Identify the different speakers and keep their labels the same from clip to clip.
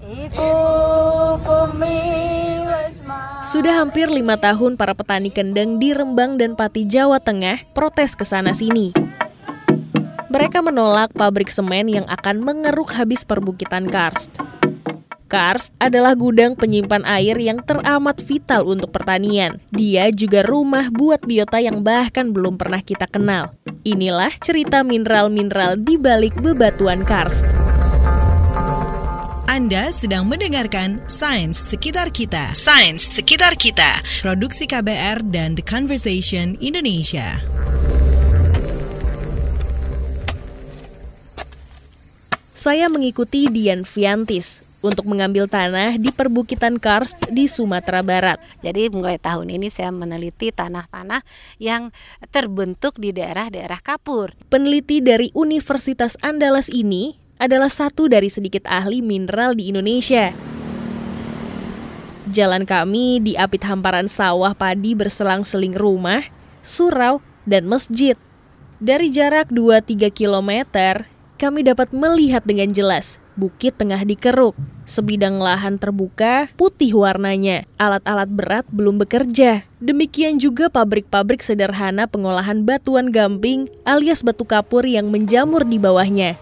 Speaker 1: Sudah hampir 5 tahun para petani kendeng di Rembang dan Pati, Jawa Tengah protes ke sana-sini. Mereka menolak pabrik semen yang akan mengeruk habis perbukitan karst. Karst adalah gudang penyimpan air yang teramat vital untuk pertanian. Dia juga rumah buat biota yang bahkan belum pernah kita kenal. Inilah cerita mineral-mineral di balik bebatuan karst.
Speaker 2: Anda sedang mendengarkan Sains Sekitar Kita. Sains Sekitar Kita. Produksi KBR dan The Conversation Indonesia.
Speaker 1: Saya mengikuti Dian Fiantis untuk mengambil tanah di perbukitan karst di Sumatera Barat.
Speaker 3: Jadi mulai tahun ini saya meneliti tanah-tanah yang terbentuk di daerah-daerah kapur.
Speaker 1: Peneliti dari Universitas Andalas ini adalah satu dari sedikit ahli mineral di Indonesia. Jalan kami diapit hamparan sawah padi berselang-seling rumah, surau, dan masjid. Dari jarak 2-3 kilometer, kami dapat melihat dengan jelas bukit tengah dikeruk. Sebidang lahan terbuka, putih warnanya. Alat-alat berat belum bekerja. Demikian juga pabrik-pabrik sederhana pengolahan batuan gamping alias batu kapur yang menjamur di bawahnya.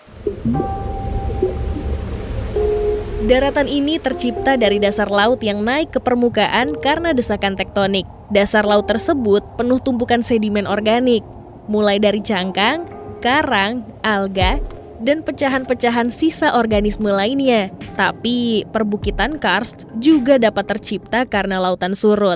Speaker 1: Daratan ini tercipta dari dasar laut yang naik ke permukaan karena desakan tektonik. Dasar laut tersebut penuh tumpukan sedimen organik, mulai dari cangkang, karang, alga, dan pecahan-pecahan sisa organisme lainnya. Tapi perbukitan karst juga dapat tercipta karena lautan surut.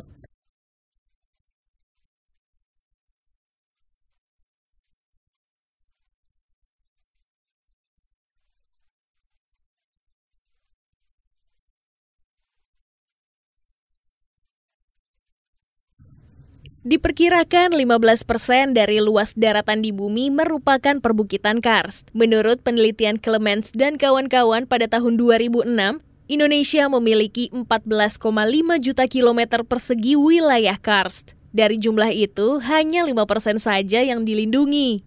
Speaker 1: Diperkirakan 15% dari luas daratan di bumi merupakan perbukitan karst. Menurut penelitian Clements dan kawan-kawan pada tahun 2006, Indonesia memiliki 14,5 juta kilometer persegi wilayah karst. Dari jumlah itu, hanya 5% saja yang dilindungi.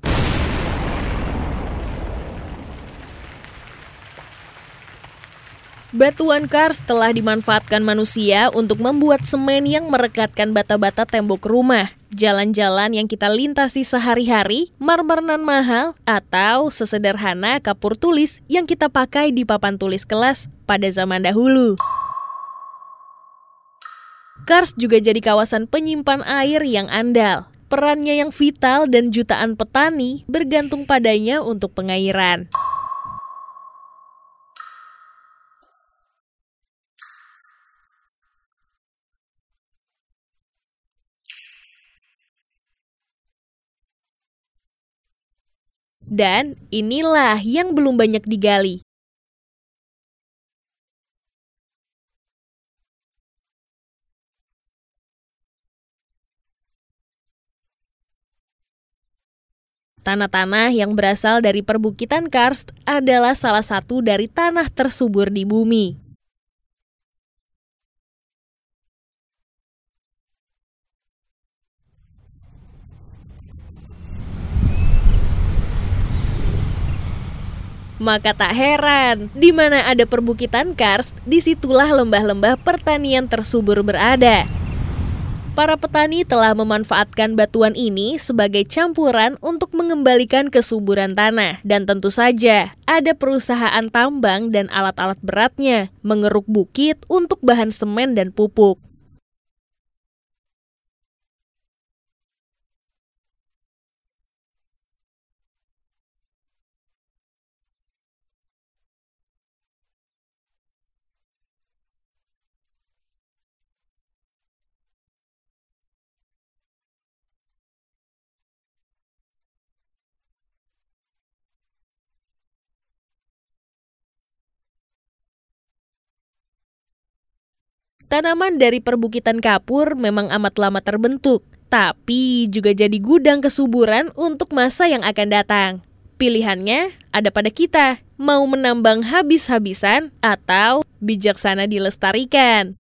Speaker 1: Batuan karst telah dimanfaatkan manusia untuk membuat semen yang merekatkan bata-bata tembok rumah, jalan-jalan yang kita lintasi sehari-hari, marmer nan mahal, atau sesederhana kapur tulis yang kita pakai di papan tulis kelas pada zaman dahulu. Karst juga jadi kawasan penyimpan air yang andal. Perannya yang vital dan jutaan petani bergantung padanya untuk pengairan. Dan inilah yang belum banyak digali. Tanah-tanah yang berasal dari perbukitan karst adalah salah satu dari tanah tersubur di bumi. Maka tak heran, di mana ada perbukitan karst, disitulah lembah-lembah pertanian tersubur berada. Para petani telah memanfaatkan batuan ini sebagai campuran untuk mengembalikan kesuburan tanah. Dan tentu saja, ada perusahaan tambang dan alat-alat beratnya mengeruk bukit untuk bahan semen dan pupuk. Tanaman dari perbukitan kapur memang amat lama terbentuk, tapi juga jadi gudang kesuburan untuk masa yang akan datang. Pilihannya ada pada kita, mau menambang habis-habisan atau bijaksana dilestarikan.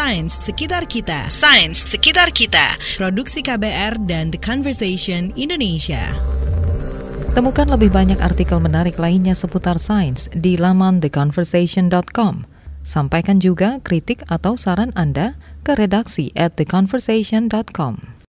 Speaker 2: Sains Sekitar Kita. Sains Sekitar Kita. Produksi KBR dan The Conversation Indonesia.
Speaker 4: Temukan lebih banyak artikel menarik lainnya seputar sains di laman theconversation.com. Sampaikan juga kritik atau saran Anda ke redaksi@theconversation.com.